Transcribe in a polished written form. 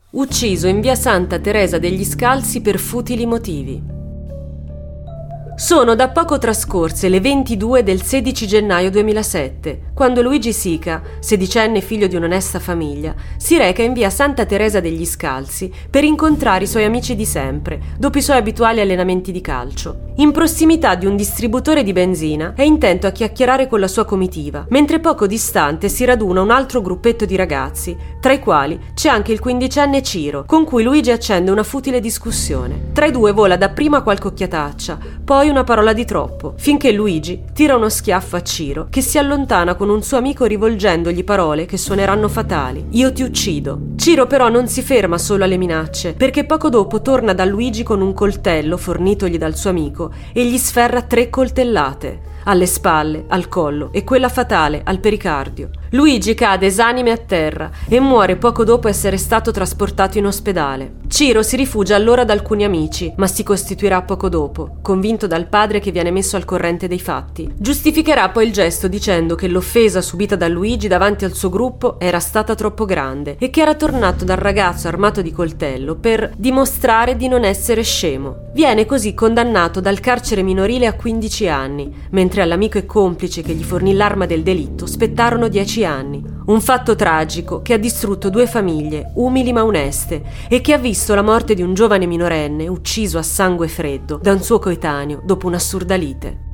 Ucciso in via Santa Teresa degli Scalzi per futili motivi. Sono da poco trascorse le 22 del 16 gennaio 2007, quando Luigi Sica, sedicenne figlio di un'onesta famiglia, si reca in via Santa Teresa degli Scalzi per incontrare i suoi amici di sempre, dopo i suoi abituali allenamenti di calcio. In prossimità di un distributore di benzina è intento a chiacchierare con la sua comitiva, mentre poco distante si raduna un altro gruppetto di ragazzi, tra i quali c'è anche il quindicenne Ciro, con cui Luigi accende una futile discussione. Tra i due vola dapprima qualche occhiataccia, poi una parola di troppo, finché Luigi tira uno schiaffo a Ciro, che si allontana con un suo amico rivolgendogli parole che suoneranno fatali. Io ti uccido. Ciro però non si ferma solo alle minacce, perché poco dopo torna da Luigi con un coltello fornitogli dal suo amico e gli sferra 3 coltellate, alle spalle, al collo e quella fatale al pericardio. Luigi cade esanime a terra e muore poco dopo essere stato trasportato in ospedale. Ciro si rifugia allora da alcuni amici, ma si costituirà poco dopo, convinto dal padre che viene messo al corrente dei fatti. Giustificherà poi il gesto dicendo che l'offesa subita da Luigi davanti al suo gruppo era stata troppo grande e che era tornato dal ragazzo armato di coltello per dimostrare di non essere scemo. Viene così condannato dal carcere minorile a 15 anni, mentre all'amico e complice che gli fornì l'arma del delitto spettarono 10 anni. Un fatto tragico che ha distrutto 2 famiglie, umili ma oneste, e che ha visto la morte di un giovane minorenne ucciso a sangue freddo da un suo coetaneo dopo un'assurda lite.